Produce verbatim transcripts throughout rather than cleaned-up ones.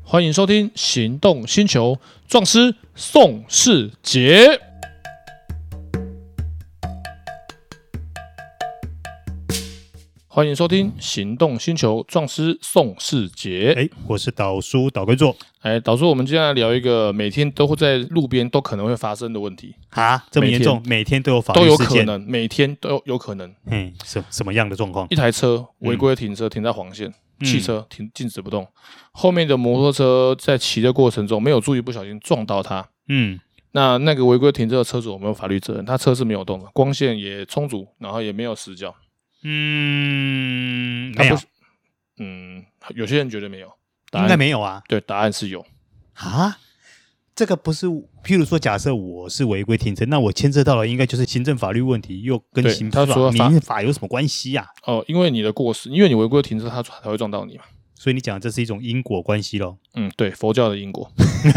欢迎收听《行动星球》，壮师宋世杰。欢迎收听《行动星球》，壮师宋世杰。 哎，我是导叔导龟座。 哎，导叔，我们今天来聊一个每天都会在路边都可能会发生的问题啊，这么严重？每天, 每天都有法律都有事件， 可能，每天都 有, 有可能。 嗯，什什么样的状况？ 一台车违规停车，停在黄线。嗯汽车停静止不动，后面的摩托车在骑的过程中没有注意，不小心撞到它。嗯，那那个违规停车的车主有没有法律责任？他车是没有动的，光线也充足，然后也没有死角。 嗯，没有。 嗯，有些人觉得没有， 应该没有啊。 对，答案是有啊。这个不是，譬如说，假设我是违规停车，那我牵涉到了应该就是行政法律问题，又跟刑法、民法有什么关系呀、 啊？哦，因为你的过失，因为你违规停车，他才会撞到你嘛。 所以你讲的这是一种因果关系咯。 嗯，对，佛教的因果，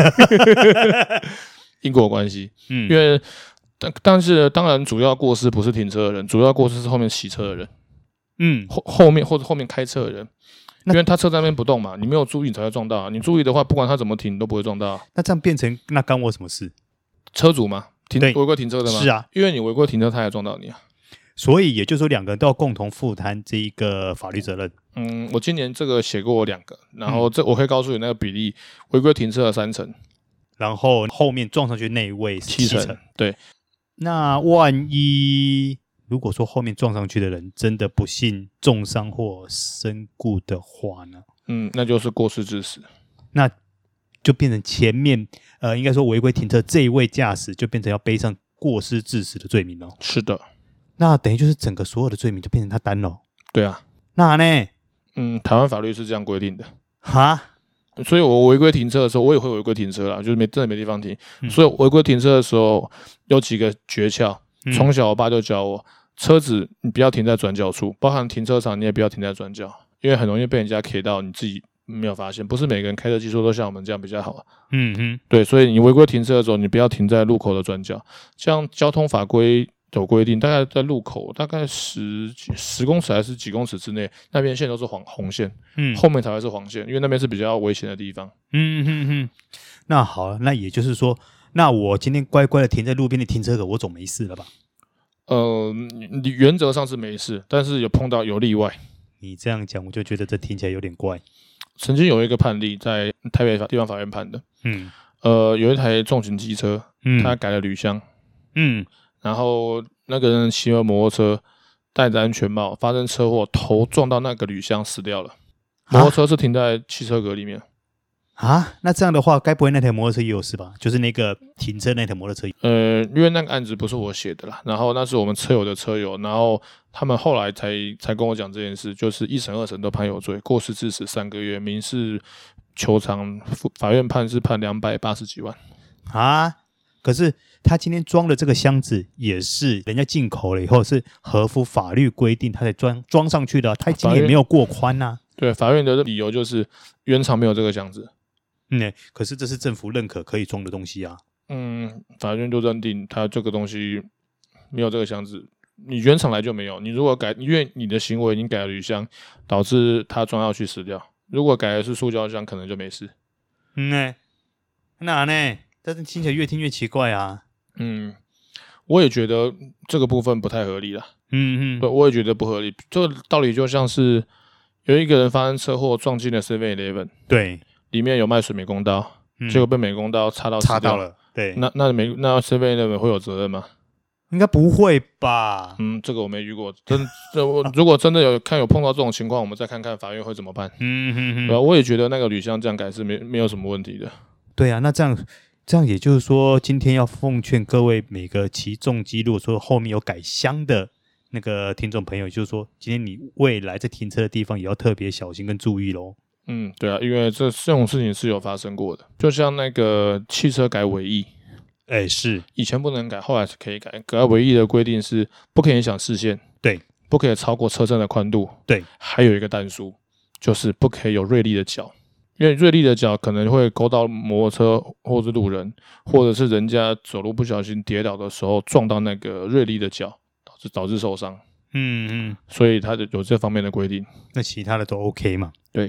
因果关系。嗯，因为但但是当然，主要过失不是停车的人，主要过失是后面骑车的人。嗯，后后面或者后面开车的人。因为他车在那边不动嘛，你没有注意你才会撞到、啊。你注意的话，不管他怎么停，你都不会撞到、啊。 那这样变成那干我什么事？ 车主嘛，停违规停车的嘛。 是啊， 因为你违规停车，他也撞到你啊。 所以也就是说，两个人都要共同负担这一个法律责任。 嗯，我今年这个写过两个，然后这我可以告诉你那个比例，违规停车的三成， 然后后面撞上去那一位是七成。 七成对， 那万一？如果说后面撞上去的人真的不幸重伤或身故的话呢？ 嗯，那就是过失致死， 那就变成前面呃，应该说违规停车这一位驾驶就变成要背上过失致死的罪名了。 是的， 那等于就是整个所有的罪名就变成他担了。 对啊， 那呢？ 嗯，台湾法律是这样规定的。 哈， 所以我违规停车的时候，我也会违规停车啦，就是没真的没地方停。嗯、所以违规停车的时候有几个诀窍，从、嗯、小我爸就教我。车子你不要停在转角处，包含停车场你也不要停在转角，因为很容易被人家 K 到，你自己没有发现。不是每个人开车技术都像我们这样比较好、啊。嗯哼，对，所以你违规停车的时候，你不要停在路口的转角。像交通法规有规定，大概在路口大概十十公尺还是几公尺之内，那边线都是黄红线，嗯，后面才会是黄线，因为那边是比较危险的地方。 嗯哼哼，那好，那也就是说，那我今天乖乖的停在路边的停车格，我总没事了吧？ 呃，原则上是没事，但是有碰到有例外。 你这样讲，我就觉得这听起来有点怪。 曾经有一个判例在台北地方法院判的，嗯，呃，有一台重型机车，嗯，他改了铝箱，嗯，然后那个人骑了摩托车，戴着安全帽，发生车祸，头撞到那个铝箱死掉了。摩托车是停在汽车格里面。 啊，那这样的话，该不会那台摩托车也有事吧？就是那个停车那台摩托车。 呃，因为那个案子不是我写的啦，然后那是我们车友的车友，然后他们后来才才跟我讲这件事，就是一审、二审都判有罪，过失致死三个月，民事求偿，法院判是判两百八十几万。 啊，可是他今天装的这个箱子也是人家进口了以后是合乎法律规定，他才装装上去的、啊，他今天也没有过宽啊。 对，法院的理由就是原厂没有这个箱子。 嗯，可是这是政府认可可以装的东西啊。 嗯，法院就认定它这个东西没有这个箱子，你原厂来就没有。你如果改，因为你的行为已经改了铝箱，导致它装上去死掉。如果改的是塑胶箱，可能就没事。 嗯呢，那呢？但是听起来越听越奇怪啊。 嗯，我也觉得这个部分不太合理啦。嗯嗯，对，我也觉得不合理。这个道理就像是有一个人发生车祸撞进了 seven eleven， 对。 里面有卖水美工刀、嗯，结果被美工刀插到插到了，对， 那那美那 seven eleven 会有责任吗？ 应该不会吧？ 嗯，这个我没遇过，真如果真的有看有碰到这种情况，我们再看看法院会怎么办。嗯哼哼，对吧？我也觉得那个铝箱这样改是没没有什么问题的。 对啊，那这样这样也就是说，今天要奉劝各位每个骑重机，如果说后面有改箱的那个听众朋友，就是说，今天你未来在停车的地方也要特别小心跟注意咯。 嗯，对啊，因为这这种事情是有发生过的，就像那个汽车改尾翼， 哎、欸，是以前不能改，后来是可以改。改尾翼的规定是不可以影响视线， 对， 不可以超过车身的宽度， 对， 还有一个但书，就是不可以有锐利的角，因为锐利的角可能会勾到摩托车或是路人，或者是人家走路不小心跌倒的时候撞到那个锐利的角，导致导致受伤。嗯嗯，所以它有这方面的规定。 那其他的都 OK 嘛？ 对。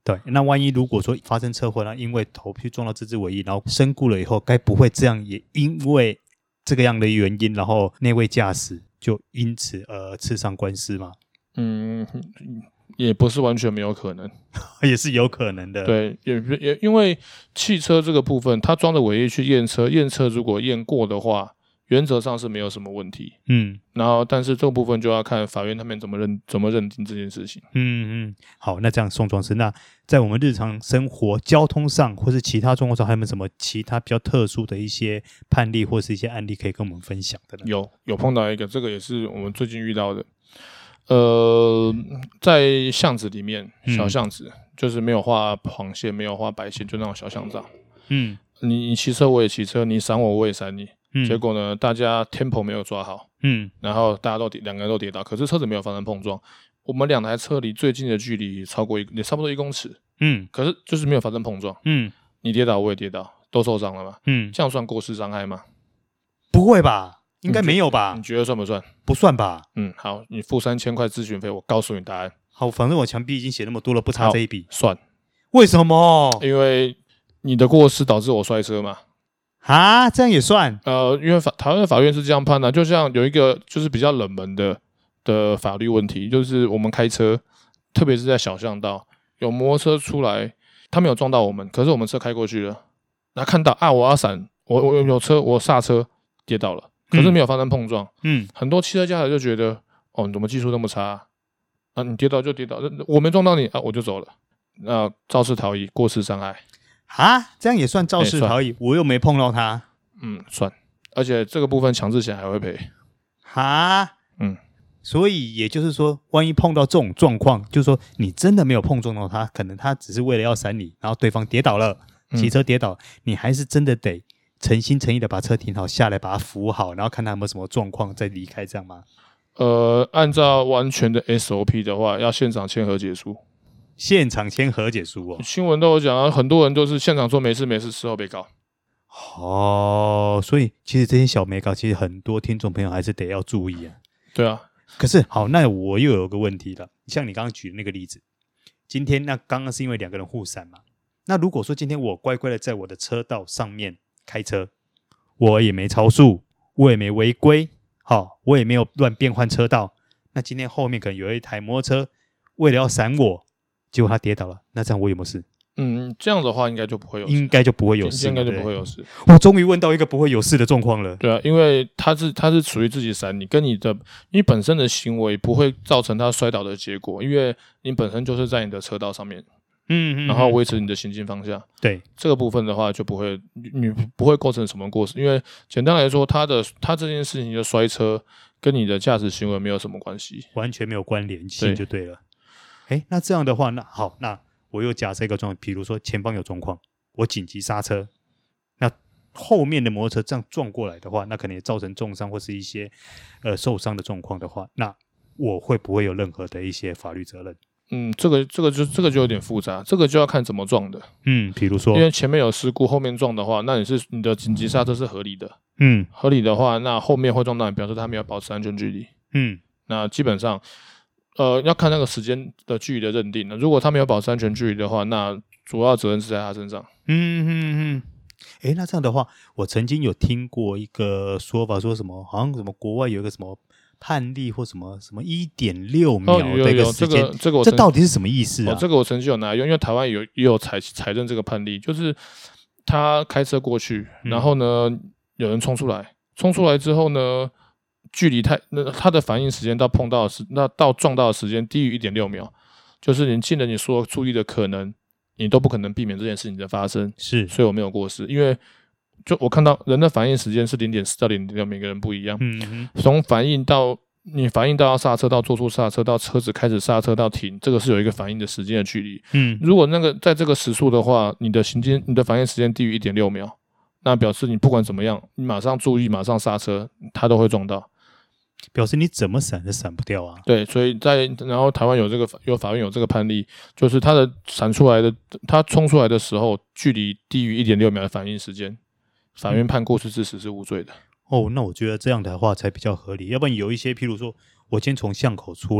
对，那万一如果说发生车祸，然后因为头去撞到肢肢尾翼，然后身故了以后，该不会这样也因为这个样的原因，然后那位驾驶就因此呃吃上官司吗？ 嗯，也不是完全没有可能， 也是有可能的。 对，也也因为汽车这个部分，它装的尾翼去验车，验车如果验过的话，原则上是没有什么问题。 嗯， 然后但是这个部分就要看法院他们怎么认怎么认定这件事情。 嗯嗯，好，那这样宋壮士，那在我们日常生活、交通上或是其他状况上，还有没有什么其他比较特殊的一些判例或是一些案例可以跟我们分享的呢？ 有有碰到一个，这个也是我们最近遇到的。呃，在巷子里面，小巷子、嗯、就是没有画黄线，没有画白线，就那种小巷子。嗯，你你骑车我也骑车，你闪我我也闪你。嗯，结果呢，大家 tempo 没有抓好，嗯，然后大家都两个人都跌倒，可是车子没有发生碰撞。我们两台车离最近的距离超过一，也差不多一公尺，嗯，可是就是没有发生碰撞，嗯，你跌倒我也跌倒，都受伤了嘛，嗯，这样算过失伤害吗？ 不会吧，应该没有吧？ 你觉得算不算？ 不算吧？ 嗯，好，你付三千块咨询费，我告诉你答案。 好，反正我墙壁已经写那么多了，不差这一笔， 算。 为什么？ 因为你的过失导致我摔车嘛。 啊，这样也算？ 呃，因为法台湾的法院是这样判的，就像有一个就是比较冷门的的法律问题，就是我们开车，特别是在小巷道，有摩托车出来，他没有撞到我们，可是我们车开过去了，然后看到啊，我要闪，我我有车，我刹车跌倒了，可是没有发生碰撞。嗯，很多汽车驾驶就觉得，哦，你怎么技术那么差啊？啊你跌倒就跌倒，我没撞到你啊，我就走了。那肇事逃逸，过失伤害。 啊，这样也算肇事逃逸、欸？我又没碰到他。 嗯，算。而且这个部分强制险还会赔。 哈，嗯，所以也就是说，万一碰到这种状况，就是说你真的没有碰撞到他，可能他只是为了要闪你，然后对方跌倒了，骑车跌倒，嗯、你还是真的得诚心诚意的把车停好，下来把它扶好，然后看他有没有什么状况再离开，这样吗？ 呃，按照完全的 S O P 的话，要现场签和解书。 现场签和解书哦， 新闻都有讲啊，很多人都是现场说没事没事，事后被告。 哦，所以其实这些小美告，其实很多听众朋友还是得要注意啊。 对啊， 可是好，那我又有个问题了，像你刚刚举的那个例子，今天那刚刚是因为两个人互闪嘛，那如果说今天我乖乖的在我的车道上面开车，我也没超速，我也没违规，好，我也没有乱变换车道，那今天后面可能有一台摩托车为了要闪我。结果他跌倒了，那这样我有没有事？ 嗯，这样的话应该就不会有事， 应该就不会有事， 应该就不会有事。 我终于问到一个不会有事的状况了。 对啊，因为他是他是属于自己闪你，跟你的你本身的行为不会造成他摔倒的结果，因为你本身就是在你的车道上面，嗯，嗯然后维持你的行进方向。 对这个部分的话，就不会你不会构成什么过失，因为简单来说，他的他这件事情的摔车跟你的驾驶行为没有什么关系， 完全没有关联性就对了。哎，那这样的话，那好，那我又假设一个状况，比如说前方有状况，我紧急刹车，那后面的摩托车这样撞过来的话，那可能也造成重伤或是一些呃受伤的状况的话，那我会不会有任何的一些法律责任？ 嗯，这个这个就这个就有点复杂，这个就要看怎么撞的。 嗯，比如说， 因为前面有事故，后面撞的话，那你是你的紧急刹车是合理的。嗯，合理的话，那后面会撞到你，表示他没有保持安全距离。嗯，那基本上。呃，要看那个时间的距离的认定了。如果他没有保持安全距离的话，那主要责任是在他身上。嗯嗯嗯。哎，那这样的话，我曾经有听过一个说法，说什么好像什么国外有一个什么判例或什么什么一点六秒的一个时间、哦， 这个这个这到底是什么意思啊？ 哦、这个我曾经有拿用，因为台湾有也有采采认这个判例，就是他开车过去，然后呢、嗯、有人冲出来，冲出来之后呢。距离太，那他的反应时间到碰到的时，那到撞到的时间低于 一点六秒，就是你尽了你所有注意的可能，你都不可能避免这件事情的发生。 是， 所以我没有过失，因为就我看到人的反应时间是 零点四 到 零点六， 每个人不一样。嗯，从反应到你反应到要刹车，到做出刹车，到车子开始刹车到停，这个是有一个反应的时间的距离。嗯，如果那个在这个时速的话，你的行进你的反应时间低于 一点六秒，那表示你不管怎么样，你马上注意，马上刹车，它都会撞到。 表示你怎么闪都闪不掉啊！ 对，所以在然后台湾有这个有法院有这个判例，就是他的闪出来的，他冲出来的时候，距离低于 一点六秒的反应时间，法院判过失致死是无罪的。 哦，那我觉得这样的话才比较合理，要不然有一些，譬如说我先从巷口出来，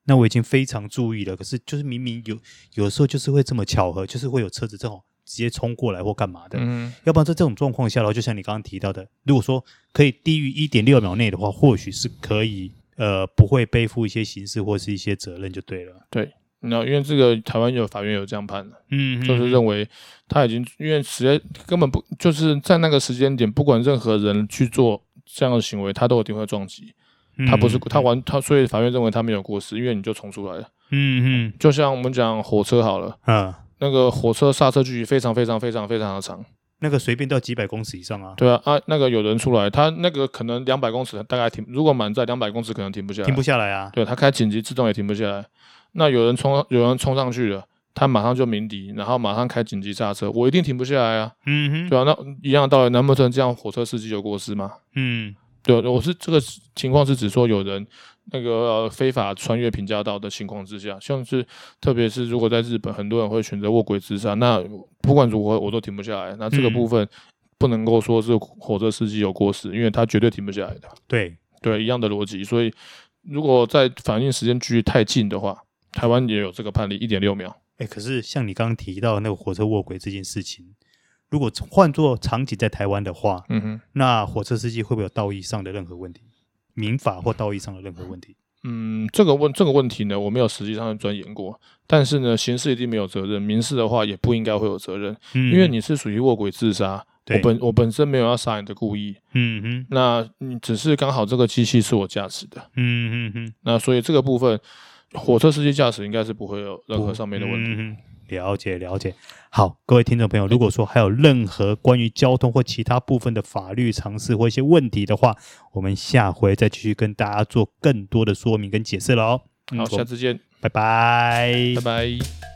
那我已经非常注意了，可是就是明明有有时候就是会这么巧合，就是会有车子正好直接冲过来或干嘛的， 嗯， 要不然在这种状况下的话，就像你刚刚提到的，如果说可以低于 一点六秒内的话，或许是可以呃不会背负一些刑事或是一些责任就对了。 对。那因为这个台湾有法院有这样判的， 嗯， 就是认为他已经因为时间根本不就是在那个时间点，不管任何人去做这样的行为，他都一定会撞击。他不是他完他，所以法院认为他没有过失，因为你就冲出来了。 嗯嗯， 就像我们讲火车好了， 啊， 那个火车刹车距离非常非常非常非常的长， 那个随便到几百公尺以上啊。 对啊啊，那个有人出来，他那个可能两百公尺大概停，如果满载两百公尺可能停不下来， 停不下来啊。 对，他开紧急制动也停不下来。那有人冲有人冲上去了，他马上就鸣笛，然后马上开紧急刹车，我一定停不下来啊。 嗯哼， 对啊，那一样的道理，难不成这样火车司机有过失吗？ 嗯， 对，我是这个情况是指说有人那个、呃、非法穿越平交道的情况之下，像是特别是如果在日本，很多人会选择卧轨自杀，那不管如何我都停不下来。那这个部分不能够说是火车司机有过失，因为他绝对停不下来的。 对对，一样的逻辑。所以如果在反应时间距离太近的话，台湾也有这个判例，一点六秒。 哎，可是像你刚刚提到那个火车卧轨这件事情，如果换作场景在台湾的话， 嗯哼， 那火车司机会不会有道义上的任何问题？民法或道义上的任何问题？ 嗯，这个问这个问题呢，我没有实际上钻研过，但是呢，刑事一定没有责任，民事的话也不应该会有责任， 嗯， 因为你是属于卧轨自杀，我本我本身没有要杀你的故意， 嗯哼， 那你只是刚好这个机器是我驾驶的， 嗯哼哼， 那所以这个部分，火车司机驾驶应该是不会有任何上面的问题。 嗯，了解了解。好，各位听众朋友，如果说还有任何关于交通或其他部分的法律常识或一些问题的话，我们下回再继续跟大家做更多的说明跟解释了哦。 好，下次见， 拜拜， 拜拜。